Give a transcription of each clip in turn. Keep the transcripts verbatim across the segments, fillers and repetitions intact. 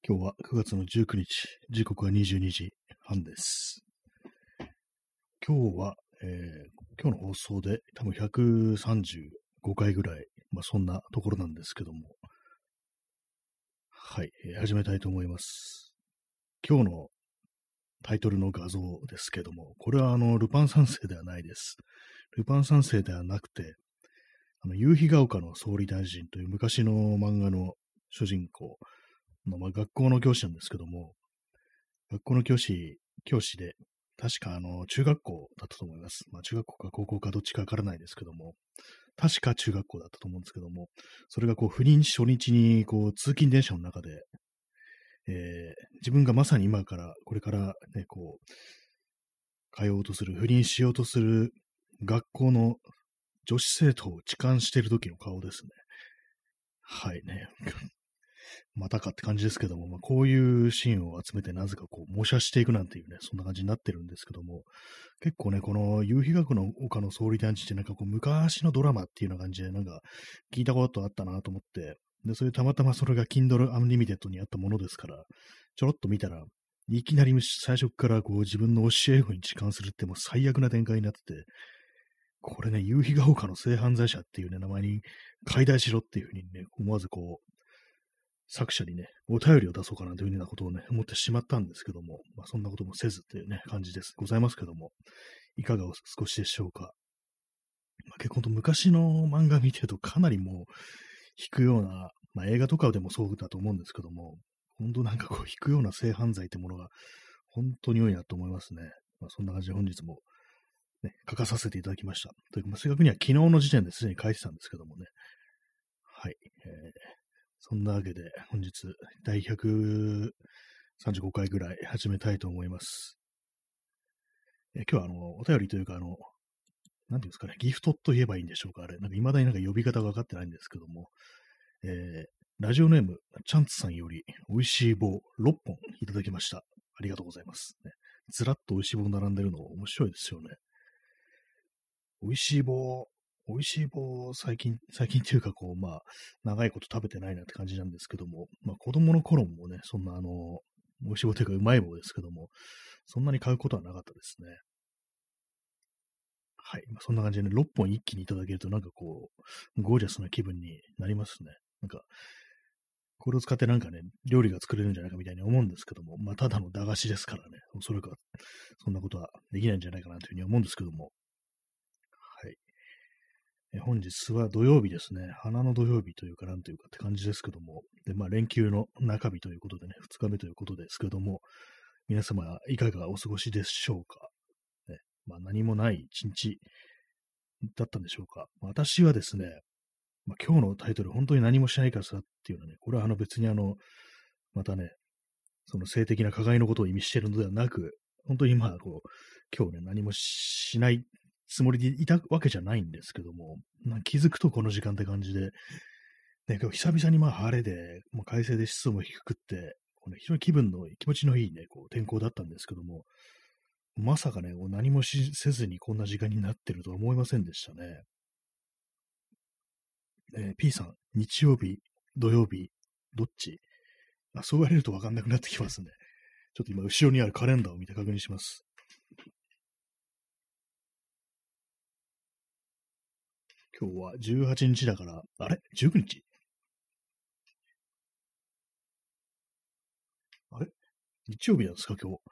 今日はくがつのじゅうくにち、時刻はにじゅうにじはんです。今日は、えー、今日の放送で多分ひゃくさんじゅうごかいぐらい、まあそんなところなんですけども、はい、えー始めたいと思います。今日のタイトルの画像ですけども、これはあの、ルパン三世ではないです。ルパン三世ではなくて、あの、夕日が丘の総理大臣という昔の漫画の主人公の、まあ、学校の教師なんですけども、学校の教師、教師で、確かあの、中学校だったと思います。まあ、中学校か高校かどっちかわからないですけども、確か中学校だったと思うんですけども、それがこう、不倫初日に、こう、通勤電車の中で、えー自分がまさに今から、これからね、こう、通おうとする、不倫しようとする学校の女子生徒を痴漢している時の顔ですね。はいね。またかって感じですけども、まあ、こういうシーンを集めてなぜかこう模写していくなんていうね、そんな感じになってるんですけども、結構ね、この夕日学の丘の総理団地ってなんかこう昔のドラマっていうような感じでなんか聞いたことあったなと思って、で、それたまたまそれが Kindle Unlimited にあったものですから、ちょろっと見たら、いきなり最初からこう自分の教え子に痴漢するってもう最悪な展開になってて、これね、夕日が丘の性犯罪者っていうね、名前に解題しろっていうふうにね、思わずこう、作者にね、お便りを出そうかなというようなことをね、思ってしまったんですけども、まあ、そんなこともせずっていうね、感じです。ございますけども、いかがお過ごしでしょうか。まあ、結構ほんと昔の漫画見てるとかなりもう引くような、まあ、映画とかでもそうだと思うんですけども、本当なんかこう引くような性犯罪ってものが本当に多いなと思いますね。まあ、そんな感じで本日もね、書かさせていただきました。というか、まあ、正確には昨日の時点ですでに書いてたんですけどもね。はい。えーそんなわけで、本日、だいひゃくさんじゅうごかいぐらい始めたいと思います。え今日は、あの、お便りというか、あの、なんていうんですかね、ギフトと言えばいいんでしょうか、あれ。なんか、未だになんか呼び方が分かってないんですけども、えー、ラジオネーム、チャンツさんより、美味しい棒ろっぽんいただきました。ありがとうございます。ね、ずらっと美味しい棒並んでるの面白いですよね。美味しい棒、美味しい棒、最近、最近っていうか、こう、まあ、長いこと食べてないなって感じなんですけども、まあ、子供の頃もね、そんな、あの、美味しい棒というか、うまい棒ですけども、そんなに買うことはなかったですね。はい。まあ、そんな感じでね、ろっぽん一気にいただけると、なんかこう、ゴージャスな気分になりますね。なんか、これを使ってなんかね、料理が作れるんじゃないかみたいに思うんですけども、まあ、ただの駄菓子ですからね、おそらくは、そんなことはできないんじゃないかなというふうに思うんですけども、はい。え本日は土曜日ですね。花の土曜日というか、なんというかって感じですけども。で、まあ、連休の中日ということでね、ふつかめということですけども、皆様いかがお過ごしでしょうか。ね、まあ、何もない一日だったんでしょうか。私はですね、まあ、今日のタイトル、本当に何もしないからさっていうのはね、これはあの別にあの、またね、その性的な加害のことを意味しているのではなく、本当にまあ、こう、今日ね、何もしないつもりでいたわけじゃないんですけども、な気づくとこの時間って感じで、ね、今日久々にまあ晴れで、まあ、快晴で湿度も低くって、こうね、非常に気分の気持ちのいいね、こう天候だったんですけども、まさかね、こう何もしせずにこんな時間になってるとは思いませんでしたね。えー P さん、日曜日、土曜日、どっちあ、そう言われるとわかんなくなってきますね。ちょっと今、後ろにあるカレンダーを見て確認します。今日はじゅうはちにちだから、あれ ?じゅうくにち あれ日曜日なんですか今日。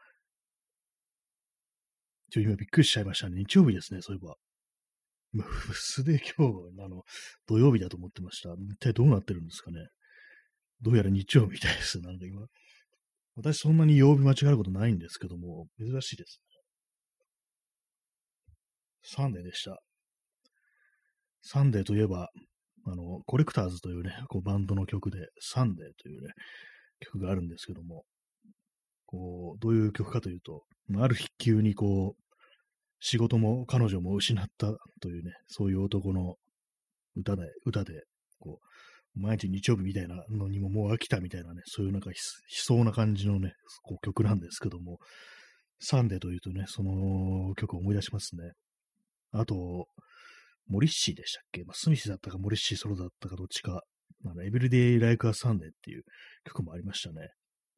ちょ、今びっくりしちゃいましたね。日曜日ですね、そういえば。今、素で今日、あの、土曜日だと思ってました。一体どうなってるんですかね。どうやら日曜日みたいです。なんか今。私そんなに曜日間違えることないんですけども、珍しいです。サンデーでした。サンデーといえば、あの、コレクターズというね、こうバンドの曲で、サンデーというね、曲があるんですけども、こう、どういう曲かというと、ある日急にこう、仕事も彼女も失ったというね、そういう男の歌で、歌で、こう、毎日日曜日みたいなのにももう飽きたみたいなね、そういうなんか悲壮な感じのね、こう曲なんですけども、サンデーというとね、その曲を思い出しますね。あと、モリッシーでしたっけ、まあ、スミスだったかモリッシーソロだったかどっちか、あの、エブリデイ・ライク・ア・サンデーっていう曲もありましたね。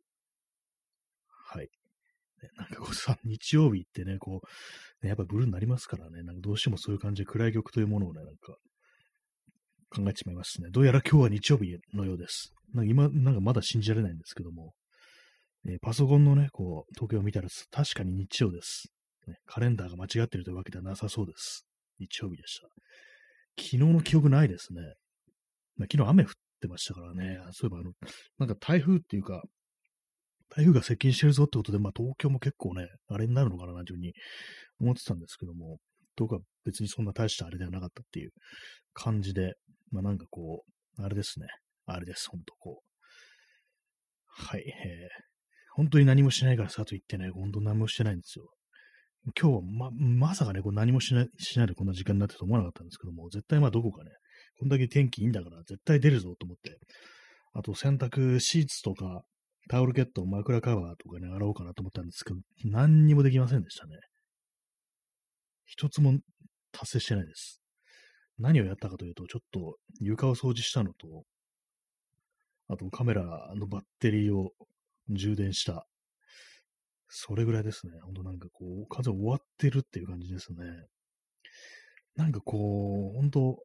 はい。ね、なんかこうさ、日曜日ってね、こう、ね、やっぱブルーになりますからね、なんかどうしてもそういう感じで暗い曲というものをね、なんか考えてしまいますね。どうやら今日は日曜日のようです。なんか今、なんかまだ信じられないんですけども、えーパソコンのね、こう、時計を見たら確かに日曜です。ね、カレンダーが間違ってるというわけではなさそうです。日曜日でした。昨日の記憶ないですね。まあ、昨日雨降ってましたからね。そういえばあの、なんか台風っていうか、台風が接近してるぞってことで、まあ東京も結構ね、あれになるのかななんていうふうに思ってたんですけども、どうか別にそんな大したあれではなかったっていう感じで、まあなんかこう、あれですね。あれです、ほんとこう。はい、えー、本当に何もしないからさと言ってね、本当何もしてないんですよ。今日はま、まさかね、こう何もしない、しないでこんな時間になってると思わなかったんですけども、絶対まあどこかね、こんだけ天気いいんだから絶対出るぞと思って、あと洗濯シーツとかタオルケット、枕カバーとかね、洗おうかなと思ったんですけど、何にもできませんでしたね。一つも達成してないです。何をやったかというと、ちょっと床を掃除したのと、あとカメラのバッテリーを充電した。それぐらいですね。ほんとなんかこう、完全終わってるっていう感じですね。なんかこう、ほんと、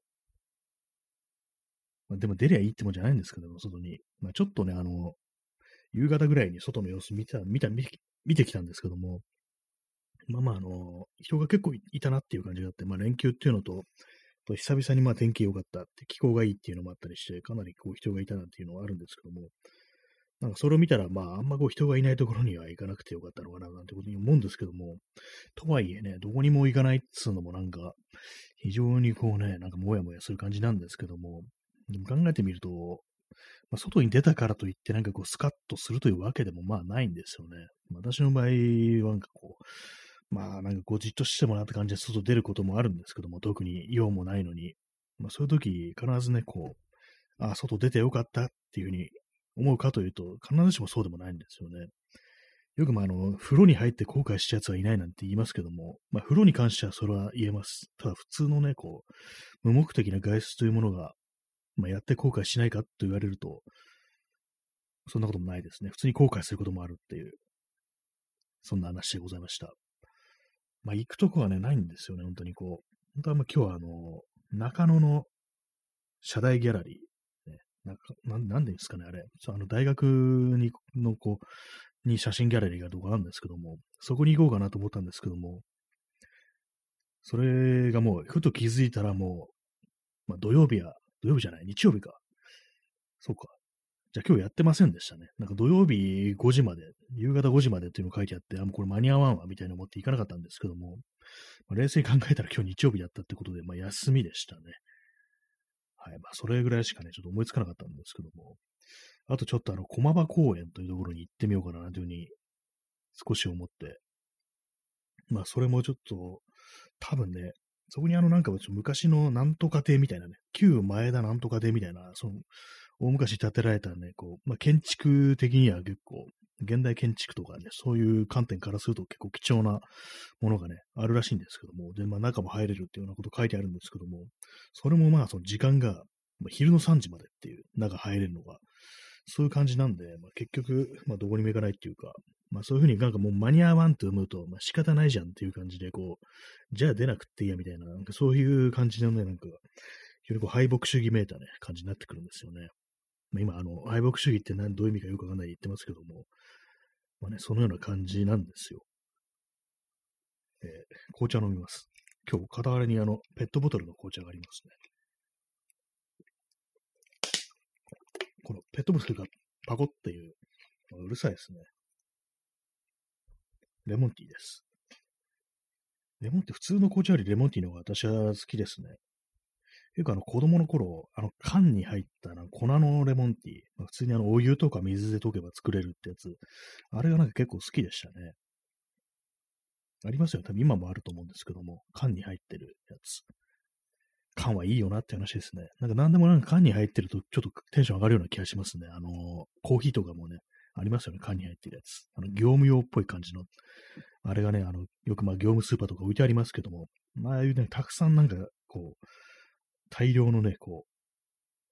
まあ、でも出りゃいいってもんじゃないんですけども、外に。まあ、ちょっとね、あの、夕方ぐらいに外の様子見た、見た、見見てきたんですけども、まあまあ、あの、人が結構いたなっていう感じがあって、まあ連休っていうのと、と久々にまあ天気良かったって、気候がいいっていうのもあったりして、かなりこう人がいたなっていうのはあるんですけども、なんかそれを見たら、まああんまこう人がいないところには行かなくてよかったのかななんてことに思うんですけども、とはいえね、どこにも行かないっつうのもなんか、非常にこうね、なんかもやもやする感じなんですけども、でも考えてみると、まあ、外に出たからといってなんかこうスカッとするというわけでもまあないんですよね。私の場合はなんかこう、まあなんかこうじっとしてもなって感じで外出ることもあるんですけども、特に用もないのに、まあそういう時必ずね、こう、あ、外出てよかったっていうふうに思うかというと、必ずしもそうでもないんですよね。よくまああの、風呂に入って後悔した奴はいないなんて言いますけども、まあ風呂に関してはそれは言えます。ただ普通のね、こう、無目的な外出というものが、まあ、やって後悔しないかと言われると、そんなこともないですね。普通に後悔することもあるっていう、そんな話でございました。まあ、行くとこはね、ないんですよね、本当にこう。本当はまあ今日はあの、中野の社大ギャラリー、ね、なんかななんでですかね、あれ。そうあの大学にのこう、に写真ギャラリーがどこあるんですけども、そこに行こうかなと思ったんですけども、それがもう、ふと気づいたらもう、まあ、土曜日は、土曜日じゃない、日曜日か。そうか。じゃあ今日やってませんでしたね。なんか土曜日ごじまで、夕方ごじまでっていうの書いてあって、あ、もうこれ間に合わんわ、みたいな思って行かなかったんですけども、まあ、冷静に考えたら今日日曜日だったってことで、まあ休みでしたね。はい。まあそれぐらいしかね、ちょっと思いつかなかったんですけども、あとちょっとあの、駒場公園というところに行ってみようかなというふうに少し思って、まあそれもちょっと、多分ね、そこにあのなんか昔のなんとか亭みたいなね、旧前田なんとか亭みたいな、その大昔建てられたね、こう、まあ、建築的には結構、現代建築とかね、そういう観点からすると結構貴重なものがね、あるらしいんですけども、で、まあ中も入れるっていうようなこと書いてあるんですけども、それもまあその時間が、まあ、昼のさんじまでっていう、中入れるのが、そういう感じなんで、まあ、結局、まあどこにも行かないっていうか、まあそういうふうになんかもう間に合わんと思うと、まあ仕方ないじゃんっていう感じで、こう、じゃあ出なくっていいやみたいな、なんかそういう感じのね、なんか、非常にこう敗北主義めいたね、感じになってくるんですよね。まあ、今、あの、敗北主義って何、どういう意味かよくわかんないで言ってますけども、まあね、そのような感じなんですよ。えー紅茶飲みます。今日、傍らにあの、ペットボトルの紅茶がありますね。このペットボトルがパコっていう、うるさいですね。レモンティーです。レモンティー、普通の紅茶よりレモンティーの方が私は好きですね。結構あの子供の頃、あの缶に入ったな粉のレモンティー、まあ、普通にあのお湯とか水で溶けば作れるってやつ、あれがなんか結構好きでしたね。ありますよね。多分今もあると思うんですけども、缶に入ってるやつ。缶はいいよなって話ですね。なんか何でもなんか缶に入ってるとちょっとテンション上がるような気がしますね。あのーコーヒーとかもね、ありますよね。缶に入ってるやつ。あの、業務用っぽい感じの。あれがね、あの、よくまあ業務スーパーとか置いてありますけども、まあああいうね、たくさんなんかこう、大量のね、こう、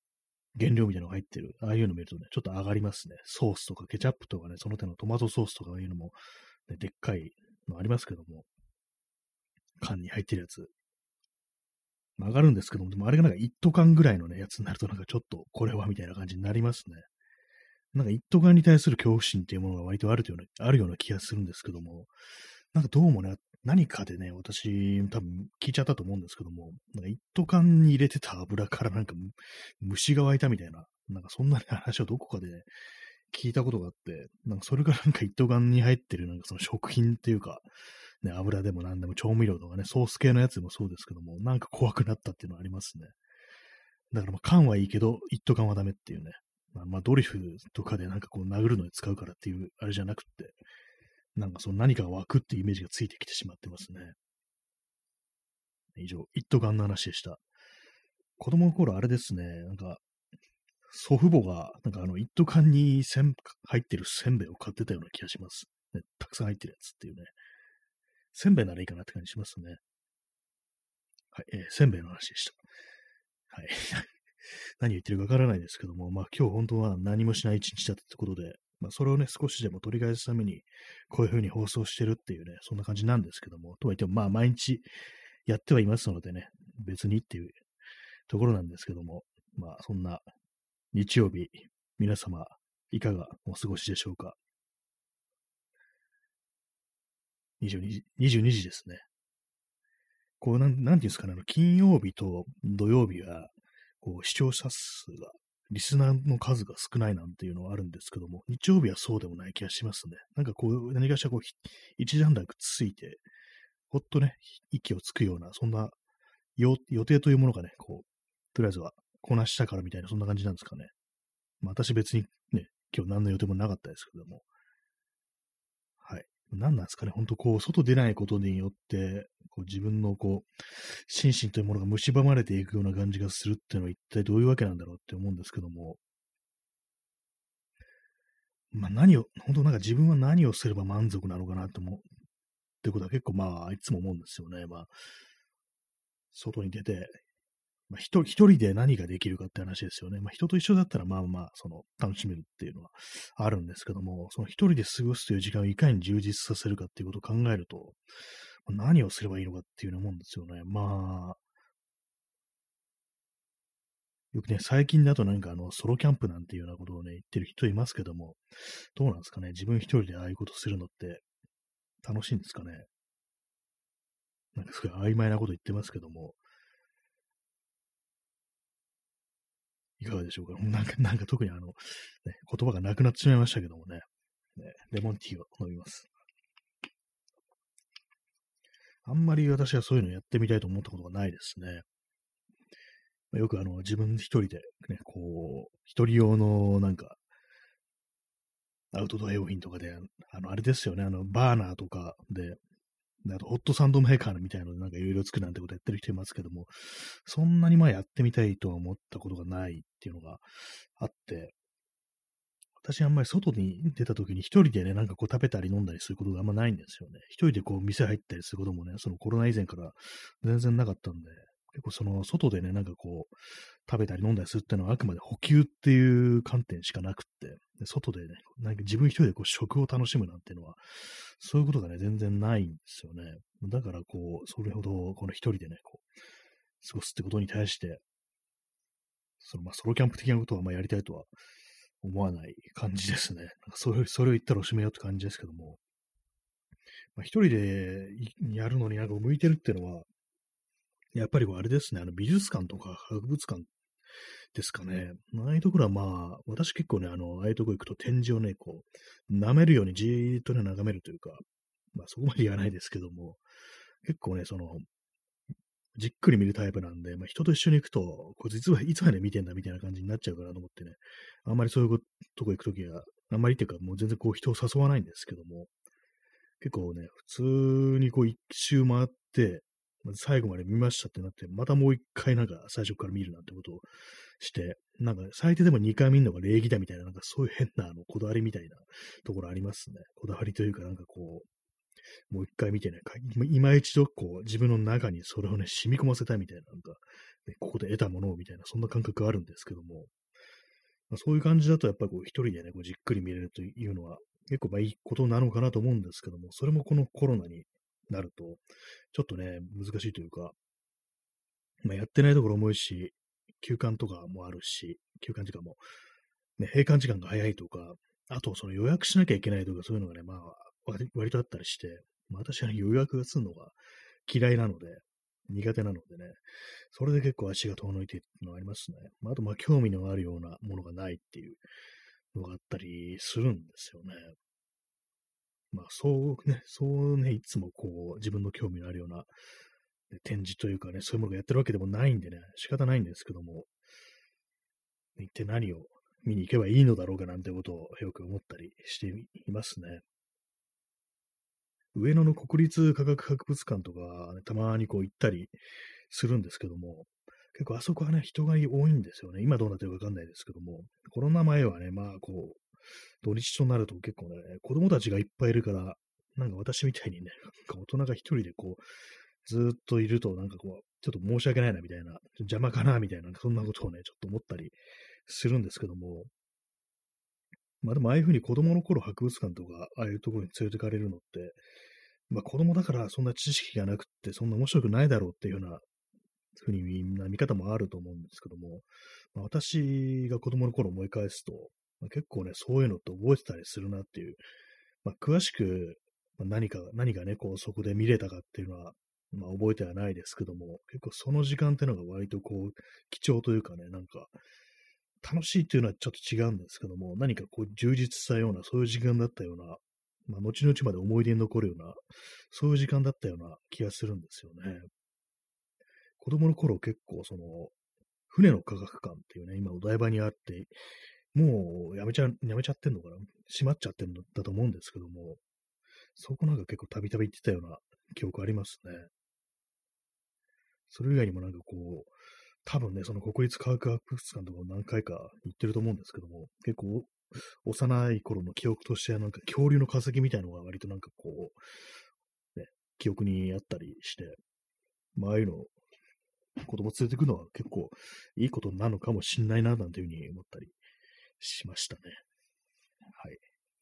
原料みたいなのが入ってる、ああいうの見るとね、ちょっと上がりますね。ソースとかケチャップとかね、その手のトマトソースとかああいうのも、ね、でっかいのありますけども、缶に入ってるやつ。まあ上がるんですけども、でもあれがなんか一斗缶ぐらいのね、やつになるとなんかちょっとこれはみたいな感じになりますね。なんか一斗缶に対する恐怖心っていうものが割とあるような、あるような気がするんですけども、なんかどうもね、何かでね、私多分聞いちゃったと思うんですけども、なんか一斗缶に入れてた油からなんか虫が湧いたみたいな、なんかそんな、ね、話をどこかで、ね、聞いたことがあって、なんかそれからなんか一斗缶に入ってるなんかその食品っていうか、ね、油でも何でも調味料とかね、ソース系のやつでもそうですけども、なんか怖くなったっていうのはありますね。だからまあ缶はいいけど、一斗缶はダメっていうね。まあ、まあ、ドリフとかでなんかこう殴るのに使うからっていうあれじゃなくって、なんかその何かが湧くっていうイメージがついてきてしまってますね。以上、一斗缶の話でした。子供の頃あれですね、なんか、祖父母が、なんかあの、一斗缶にせん入ってるせんべいを買ってたような気がします。ね、たくさん入ってるやつっていうね。せんべいならいいかなって感じしますね。はい、えー、せんべいの話でした。はい。何言ってるかわからないですけども、まあ今日本当は何もしない一日だったってことで、まあそれをね、少しでも取り返すために、こういう風に放送してるっていうね、そんな感じなんですけども、とはいってもまあ毎日やってはいますのでね、別にっていうところなんですけども、まあそんな日曜日、皆様いかがお過ごしでしょうか。にじゅうにじ、にじゅうにじですね。こうなん、なんていうんですかね、あの金曜日と土曜日は、こう視聴者数がリスナーの数が少ないなんていうのはあるんですけども、日曜日はそうでもない気がしますね。なんかこう、何かしらこう、一段落ついて、ほっとね、息をつくような、そんな予定というものがね、こう、とりあえずはこなしたからみたいな、そんな感じなんですかね。まあ私別にね、今日何の予定もなかったですけども、はい。何なんですかね、ほんとこう、外出ないことによって、こう自分のこう、心身というものが蝕まれていくような感じがするっていうのは一体どういうわけなんだろうって思うんですけども、まあ何を、本当なんか自分は何をすれば満足なのかなと思うってことは結構まあ、いつも思うんですよね。まあ、外に出て、まあ、一人で何ができるかって話ですよね。まあ、人と一緒だったらまあまあ、その、楽しめるっていうのはあるんですけども、その一人で過ごすという時間をいかに充実させるかっていうことを考えると、何をすればいいのかっていうようなもんですよね。まあ、よくね、最近だとなんかあの、ソロキャンプなんていうようなことをね、言ってる人いますけども、どうなんですかね。自分一人でああいうことするのって楽しいんですかね。なんかすごい曖昧なこと言ってますけども、いかがでしょうか。なんか、なんか特にあの、ね、言葉がなくなってしまいましたけどもね。ねレモンティーを飲みます。あんまり私はそういうのやってみたいと思ったことがないですね。まあ、よくあの、自分一人でね、こう、一人用のなんか、アウトドア用品とかで、あの、あれですよね、あの、バーナーとかで、であと、ホットサンドメーカーみたいなので、なんかいろいろ作るなんてことやってる人いますけども、そんなにまあやってみたいとは思ったことがないっていうのがあって、私あんまり外に出た時に一人でね、なんかこう食べたり飲んだりすることがあんまないんですよね。一人でこう店入ったりすることもね、そのコロナ以前から全然なかったんで、結構その外でね、なんかこう食べたり飲んだりするっていうのはあくまで補給っていう観点しかなくって、で外でね、なんか自分一人でこう食を楽しむなんていうのは、そういうことがね、全然ないんですよね。だからこう、それほどこの一人でね、こう、過ごすってことに対して、そのまあソロキャンプ的なことはまあやりたいとは思わない感じですね。なんかそれそれを言ったらおしめようって感じですけども、まあ、一人でやるのになんか向いてるっていうのは、やっぱりこうあれですね、あの美術館とか博物館ですかね。ああいうところはまあ、私結構ね、あの、ああいうところ行くと展示をね、こう、舐めるようにじーっとね、眺めるというか、まあそこまで言わないですけども、結構ね、その、じっくり見るタイプなんで、まあ、人と一緒に行くと、これ実はいつまで見てんだみたいな感じになっちゃうかなと思ってね、あんまりそういうとこ行くときは、あんまりっていうか、もう全然こう人を誘わないんですけども、結構ね、普通にこう一周回って、まず最後まで見ましたってなって、またもう一回なんか最初から見るなんてことをして、なんか最低でも二回見るのが礼儀だみたいな、なんかそういう変なあのこだわりみたいなところありますね。こだわりというかなんかこう、もう一回見てね、か今一度こう自分の中にそれをね、染み込ませたいみたいな、なんか、ね、ここで得たものをみたいな、そんな感覚があるんですけども、 まあ、そういう感じだとやっぱりこう一人でね、こうじっくり見れるというのは結構まあいいことなのかなと思うんですけども、それもこのコロナになると、ちょっとね、難しいというか、まあ、やってないところも多いし、休館とかもあるし、休館時間も、ね、閉館時間が早いとか、あとその予約しなきゃいけないとか、そういうのがね、まあ、割割とあったりして、まあ、私は予約がするのが嫌いなので、苦手なのでね、それで結構足が遠のいているのがありますね。まあ、あと、まあ、興味のあるようなものがないっていうのがあったりするんですよね。まあ、そうね、そうね、いつもこう、自分の興味のあるような、ね、展示というかね、そういうものがやってるわけでもないんでね、仕方ないんですけども、一体何を見に行けばいいのだろうかなんてことをよく思ったりしていますね。上野の国立科学博物館とか、ね、たまにこう行ったりするんですけども、結構あそこはね、人が多いんですよね。今どうなってるかわかんないですけども、コロナ前はね、まあこう、土日となると結構ね、子供たちがいっぱいいるから、なんか私みたいにね、なんか大人が一人でこう、ずーっといると、なんかこう、ちょっと申し訳ないなみたいな、邪魔かなみたいな、そんなことをね、ちょっと思ったりするんですけども、まあでもああいうふうに子供の頃博物館とか、ああいうところに連れてかれるのって、まあ子供だからそんな知識がなくって、そんな面白くないだろうっていうようなふうにみんな見方もあると思うんですけども、まあ、私が子供の頃思い返すと、まあ、結構ね、そういうのって覚えてたりするなっていう、まあ、詳しく、まあ、何か、何がね、こうそこで見れたかっていうのは、まあ、覚えてはないですけども、結構その時間っていうのが割とこう、貴重というかね、なんか、楽しいっていうのはちょっと違うんですけども、何かこう充実したような、そういう時間だったような、まあ、後々まで思い出に残るような、そういう時間だったような気がするんですよね。子供の頃結構その、船の科学館っていうね、今お台場にあって、もうやめちゃ、やめちゃってんのかな、閉まっちゃってんのだと思うんですけども、そこなんか結構たびたび行ってたような記憶ありますね。それ以外にもなんかこう、多分ね、その国立科学博物館とかも何回か行ってると思うんですけども、結構幼い頃の記憶としてはなんか恐竜の化石みたいなのが割となんかこう、ね、記憶にあったりして、まあああいうの子供連れてくのは結構いいことなのかもしんないな、なんていうふうに思ったりしましたね。はい。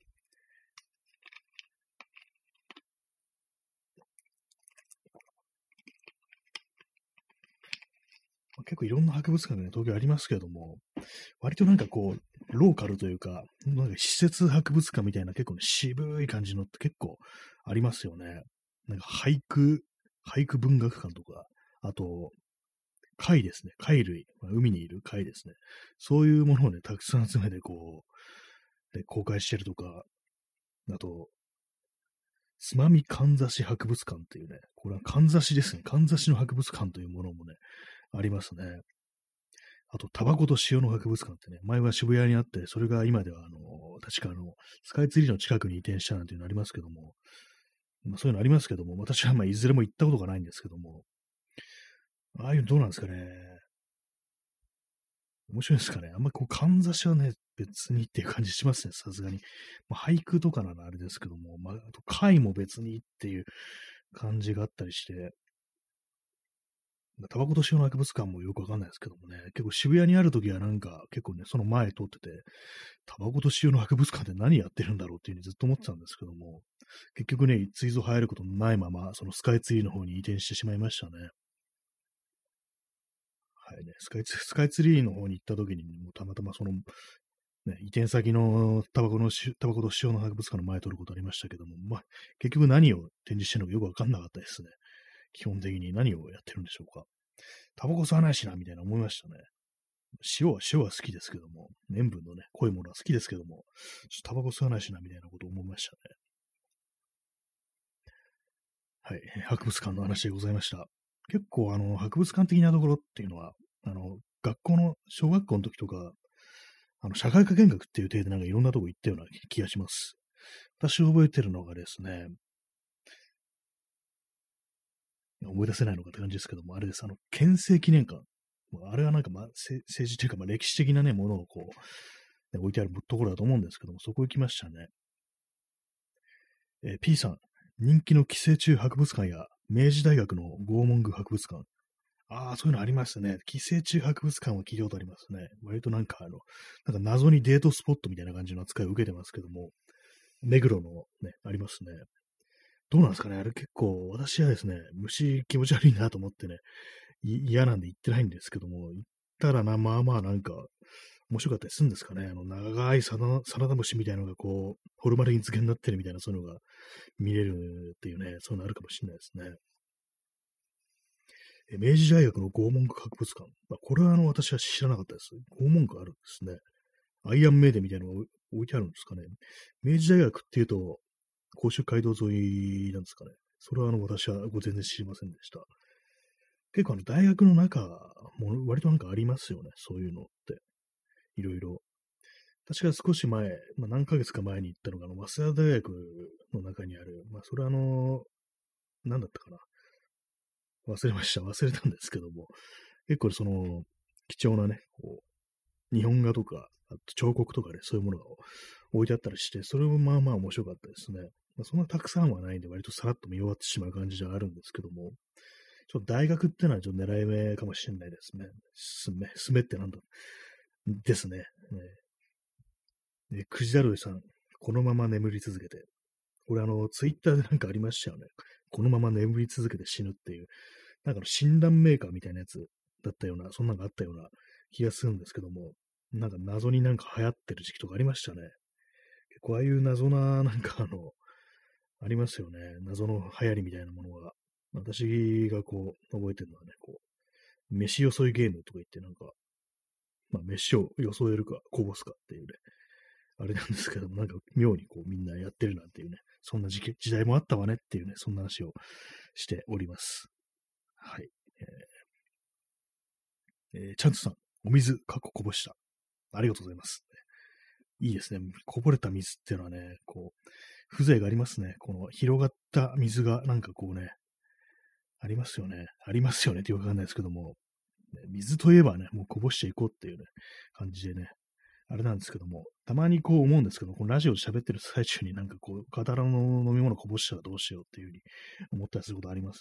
結構いろんな博物館がね、東京ありますけれども、割となんかこう、ローカルというか、なんか施設博物館みたいな結構ね、渋い感じのって結構ありますよね。なんか俳句、俳句文学館とか、あと、貝ですね。貝類。まあ、海にいる貝ですね。そういうものをね、たくさん集めてこう、で公開してるとか、あと、つまみかんざし博物館っていうね、これはかんざしですね。かんざしの博物館というものもね、ありますね。あと、タバコと塩の博物館ってね、前は渋谷にあって、それが今では、あの、確かあの、スカイツリーの近くに移転したなんていうのありますけども、まあ、そういうのありますけども、私はまあいずれも行ったことがないんですけども、ああいうのどうなんですかね。面白いですかね。あんまこう、かんざしはね、別にっていう感じしますね、さすがに。まあ、俳句とかならあれですけども、まあ、あと貝も別にっていう感じがあったりして、タバコと塩の博物館もよくわかんないですけどもね、結構渋谷にあるときはなんか結構ね、その前通ってて、タバコと塩の博物館って何やってるんだろうっていうふうにずっと思ってたんですけども、結局ね、一度入ることのないまま、そのスカイツリーの方に移転してしまいましたね。はいね、スカイツスカイツリーの方に行ったときに、もうたまたまその、ね、移転先のタバコのし、タバコと塩の博物館の前通ることありましたけども、まあ、結局何を展示してるのかよくわかんなかったですね。基本的に何をやってるんでしょうか。タバコ吸わないしな、みたいな思いましたね。塩は塩は好きですけども、塩分のね、濃いものは好きですけども、ちょっとタバコ吸わないしな、みたいなことを思いましたね。はい。博物館の話でございました。結構、あの、博物館的なところっていうのは、あの、学校の、小学校の時とか、あの、社会科見学っていう体でなんかいろんなとこ行ったような気がします。私覚えてるのがですね、思い出せないのかって感じですけども、あれです。あの、憲政記念館。あれはなんか、まあ、政治というか、まあ、歴史的なね、ものをこう、ね、置いてあるところだと思うんですけども、そこ行きましたね。えー P さん、人気の寄生虫博物館や明治大学の拷問具博物館。 ああ、そういうのありますね。寄生虫博物館は聞いたことありますね。割となんかあの、なんか謎にデートスポットみたいな感じの扱いを受けてますけども、目黒のね、ありますね。どうなんですかねあれ結構、私はですね、虫気持ち悪いなと思ってね、い嫌なんで行ってないんですけども、行ったらな、まあまあなんか、面白かったりするんですかね。あの、長いサナサナダムシみたいなのがこう、ホルマリン漬けになってるみたいな、そういうのが見れるっていうね、そういうのあるかもしれないですね。え明治大学の拷問博物館。まあ、これはあの、私は知らなかったです。拷問館あるんですね。アイアンメイデンみたいなのが置いてあるんですかね。明治大学っていうと、甲州街道沿いなんですかね。それはあの、私はご全然知りませんでした。結構あの、大学の中も割となんかありますよね。そういうのって。いろいろ。私が少し前、まあ、何ヶ月か前に行ったのが、あの、早稲田大学の中にある、まあ、それはあの、なんだったかな。忘れました。忘れたんですけども、結構その、貴重なね、こう、日本画とか、あと彫刻とかね、そういうものが置いてあったりして、それもまあまあ面白かったですね。まあ、そんなたくさんはないんで、割とさらっと見終わってしまう感じではあるんですけども、ちょっと大学ってのはちょっと狙い目かもしれないですね。すめ、すめってなんだですね。ね、クジラドリさん、このまま眠り続けて。これあの、ツイッターでなんかありましたよね。このまま眠り続けて死ぬっていう、なんかの診断メーカーみたいなやつだったような、そんなのがあったような気がするんですけども、なんか謎になんか流行ってる時期とかありましたね。結構ああいう謎な、なんかあの、ありますよね。謎の流行りみたいなものが。私がこう、覚えてるのはね、こう、飯よそいゲームとか言ってなんか、まあ、飯をよそえるか、こぼすかっていうね、あれなんですけども、なんか妙にこうみんなやってるなんていうね、そんな時期時代もあったわねっていうね、そんな話をしております。はい。えーえーチャンツさん、お水、かっここぼした。ありがとうございます。いいですね。こぼれた水っていうのはね、こう、風情がありますね。この広がった水がなんかこうね、ありますよね。ありますよねってよくわかんないですけども、ね、水といえばね、もうこぼしていこうっていうね、感じでね、あれなんですけども、たまにこう思うんですけど、このラジオで喋ってる最中になんかこう、カタラの飲み物こぼしたらどうしようっていうふうに思ったりすることあります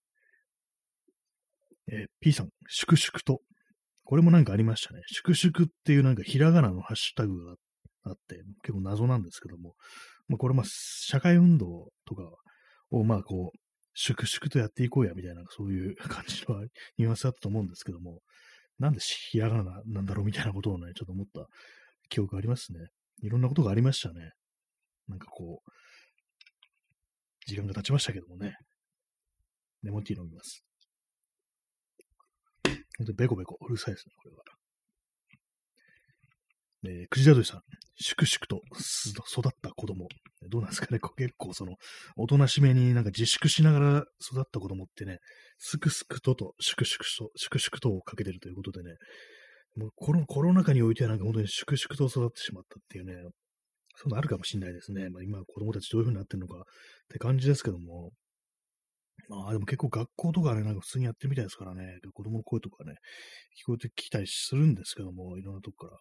ね。えー P さん、粛々と。これもなんかありましたね。粛々っていうなんかひらがなのハッシュタグがあって、結構謎なんですけども、まあ、これまあ社会運動とかをまあこう、粛々とやっていこうやみたいな、そういう感じのニュアンスだったと思うんですけども、なんでひらがななんだろうみたいなことをね、ちょっと思った記憶ありますね。いろんなことがありましたね。なんかこう、時間が経ちましたけどもね。レモンティー飲みます。本当にベコベコうるさいですね、これは。えー、クジラドリさん、粛々と育った子供。どうなんですかね、結構その、おとなしめになんか自粛しながら育った子供ってね、すくすくとと、粛々と、粛々とをかけてるということでね、もうこのコロナ禍においてはなんか本当に粛々と育ってしまったっていうね、そういうのあるかもしれないですね。まあ今子供たちどういう風になってるのかって感じですけども、まあでも結構学校とかね、なんか普通にやってるみたいですからね、子供の声とかね、聞こえてきたりするんですけども、いろんなとこから。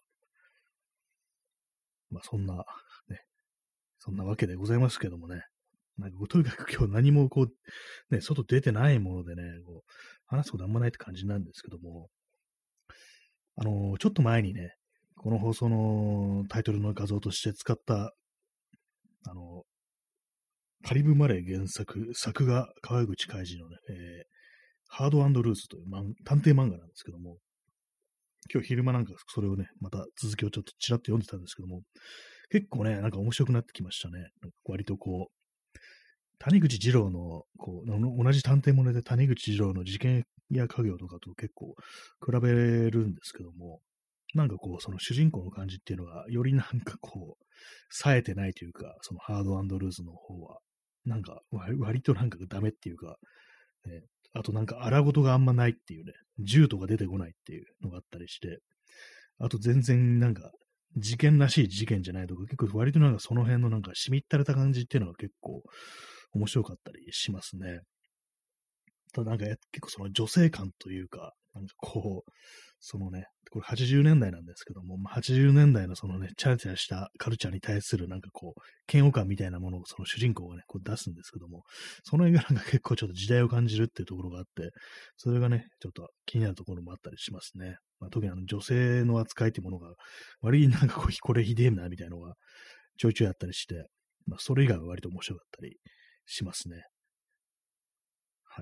まあそんな、ね、そんなわけでございますけどもね。なんかとにかく今日何もこう、ね、外出てないものでね、こう話すことあんまないって感じなんですけども、あのーちょっと前にね、この放送のタイトルの画像として使った、あのーカリブマレー原作、作画川口海二のね、えーハードルーズという探偵漫画なんですけども、今日昼間なんかそれをね、また続きをちょっとちらっと読んでたんですけども、結構ね、なんか面白くなってきましたね。割とこう、谷口二郎の、こう、同じ探偵物で谷口二郎の事件や家業とかと結構比べるんですけども、なんかこう、その主人公の感じっていうのが、よりなんかこう、冴えてないというか、そのハードルーズの方は、なんか割となんかダメっていうか、ね、あとなんか荒事があんまないっていうね、銃とか出てこないっていうのがあったりして、あと全然なんか事件らしい事件じゃないとか、結構割となんかその辺のなんかしみったれた感じっていうのが結構面白かったりしますね。 ただなんか結構その女性感というか、なんかこう、そのね、これはちじゅうねんだいなんですけども、まあ、はちじゅうねんだいのそのね、チャラチャラしたカルチャーに対するなんかこう、嫌悪感みたいなものをその主人公がね、こう出すんですけども、その辺がなんか結構ちょっと時代を感じるっていうところがあって、それがね、ちょっと気になるところもあったりしますね。まあ、特にあの女性の扱いっていうものが、割になんかこう、これひでえなみたいなのがちょいちょいあったりして、まあ、それ以外は割と面白かったりしますね。はい。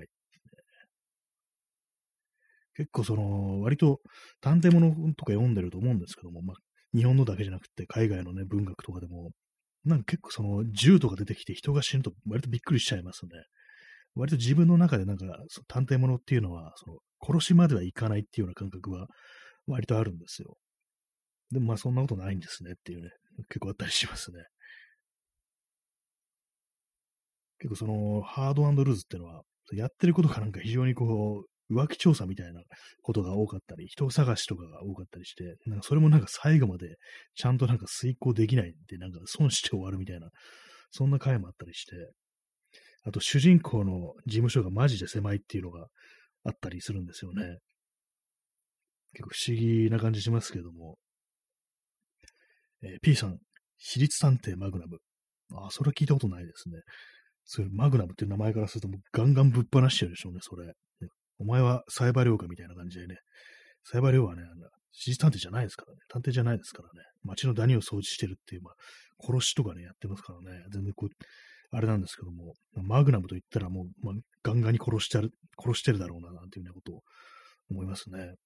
結構その、割と探偵物とか読んでると思うんですけども、まあ、日本のだけじゃなくて海外のね、文学とかでも、なんか結構その銃とか出てきて人が死ぬと割とびっくりしちゃいますね。割と自分の中でなんか、その探偵物っていうのは、その殺しまではいかないっていうような感覚は割とあるんですよ。でもまあそんなことないんですねっていうね、結構あったりしますね。結構そのハードルーズっていうのは、やってることがなんか非常にこう、浮気調査みたいなことが多かったり、人探しとかが多かったりして、なんかそれもなんか最後までちゃんとなんか遂行できないんで、なんか損して終わるみたいな、そんな回もあったりして、あと主人公の事務所がマジで狭いっていうのがあったりするんですよね。結構不思議な感じしますけども、えー P さん、私立探偵マグナム。あ、それは聞いたことないですね。そういうマグナムっていう名前からするともうガンガンぶっ放してるでしょうね、それ。ね、お前はサイバー領かみたいな感じでね。サイバー領はね、あの私立探偵じゃないですからね。探偵じゃないですからね。街のダニを掃除してるっていう、まあ、殺しとかね、やってますからね。全然こう、あれなんですけども、マグナムと言ったらもう、まあ、ガンガンに殺してる、殺してるだろうな、なんていうようなことを思いますね。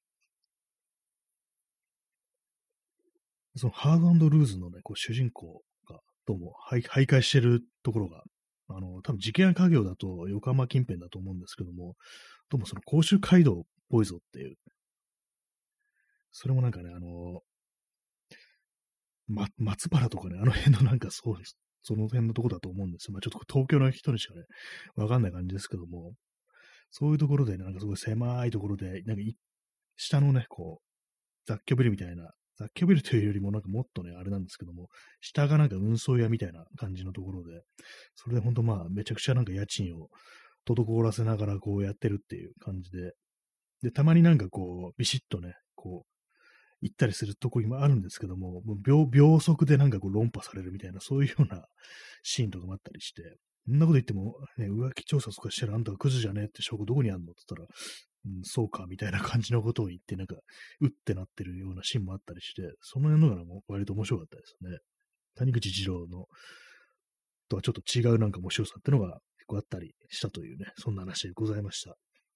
そのハードルーズのね、こう主人公がどうも徘徘徊してるところが、あの、多分事件家業だと横浜近辺だと思うんですけども、どうもその甲州街道っぽいぞっていう、それもなんかね、あの、ま、松原とかね、あの辺のなんかそうです。その辺のとこだと思うんですよ。まあちょっと東京の人にしかね、わかんない感じですけども、そういうところでね、なんかすごい狭いところで、なんかい下のね、こう、雑居ビルみたいな、雑居ビルというよりもなんかもっとね、あれなんですけども、下がなんか運送屋みたいな感じのところで、それでほんとまあ、めちゃくちゃなんか家賃を滞らせながらこうやってるっていう感じで、で、たまになんかこう、ビシッとね、こう、行ったりするとこもあるんですけども、もう秒、秒速でなんかこう論破されるみたいな、そういうようなシーンとかもあったりして、そんなこと言っても、ね、浮気調査とかしてるあんたはクズじゃねえって証拠どこにあんのって言ったら、うん、そうか、みたいな感じのことを言って、なんか、うってなってるようなシーンもあったりして、その辺のがも割と面白かったですね。谷口二郎のとはちょっと違うなんか面白さってのが結構あったりしたというね、そんな話でございました。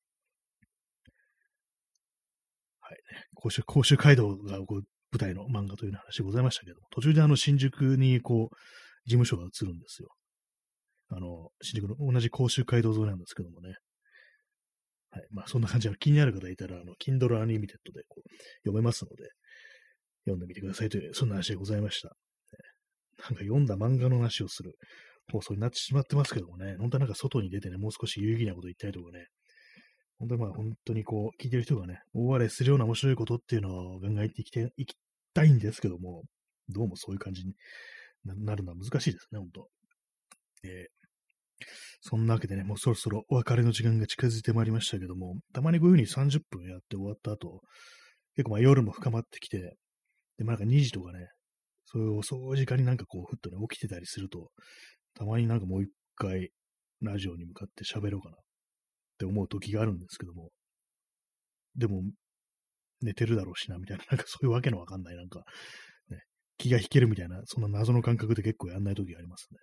はいね。甲州、甲州街道がこう舞台の漫画という話でございましたけども、途中であの新宿にこう、事務所が移るんですよ。あの、新宿の同じ甲州街道沿いなんですけどもね。はい。まあそんな感じで気になる方いたら、あの、Kindle Unlimited でこう読めますので、読んでみてくださいという、そんな話でございました。なんか読んだ漫画の話をする放送になってしまってますけどもね、本当はなんか外に出てね、もう少し有意義なこと言ったりとかね、本当にまあ本当にこう、聞いてる人がね、大笑いするような面白いことっていうのを考えていきていきたいんですけども、どうもそういう感じになるのは難しいですね、本当。えーそんなわけでね、もうそろそろお別れの時間が近づいてまいりましたけども、たまにこういうふうにさんじゅっぷんやって終わった後、結構まあ夜も深まってきて、で、まあなんかにじとかね、そういう遅い時間になんかこう、ふっとね、起きてたりすると、たまになんかもう一回、ラジオに向かって喋ろうかなって思う時があるんですけども、でも、寝てるだろうしな、みたいな、なんかそういうわけのわかんない、なんか、ね、気が引けるみたいな、そんな謎の感覚で結構やんない時がありますね。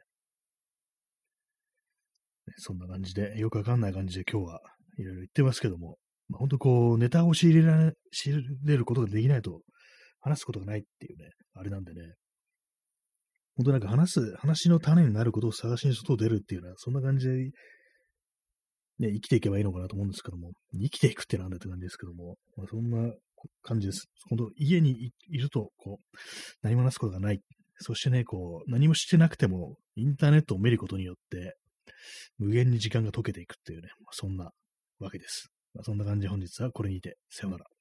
ねそんな感じで、よくわかんない感じで今日はいろいろ言ってますけども、まあ、本当こう、ネタを仕入れられ、仕入れることができないと、話すことがないっていうね、あれなんでね、本当なんか話す、話の種になることを探しに外を出るっていうのは、そんな感じで、ね、生きていけばいいのかなと思うんですけども、生きていくってなんだって感じですけども、まあ、そんな感じです。本当家にいると、こう、何も話すことがない。そしてね、こう、何もしてなくても、インターネットを見ることによって、無限に時間が溶けていくっていうね、まあ、そんなわけです。まあ、そんな感じで本日はこれにて、さようなら。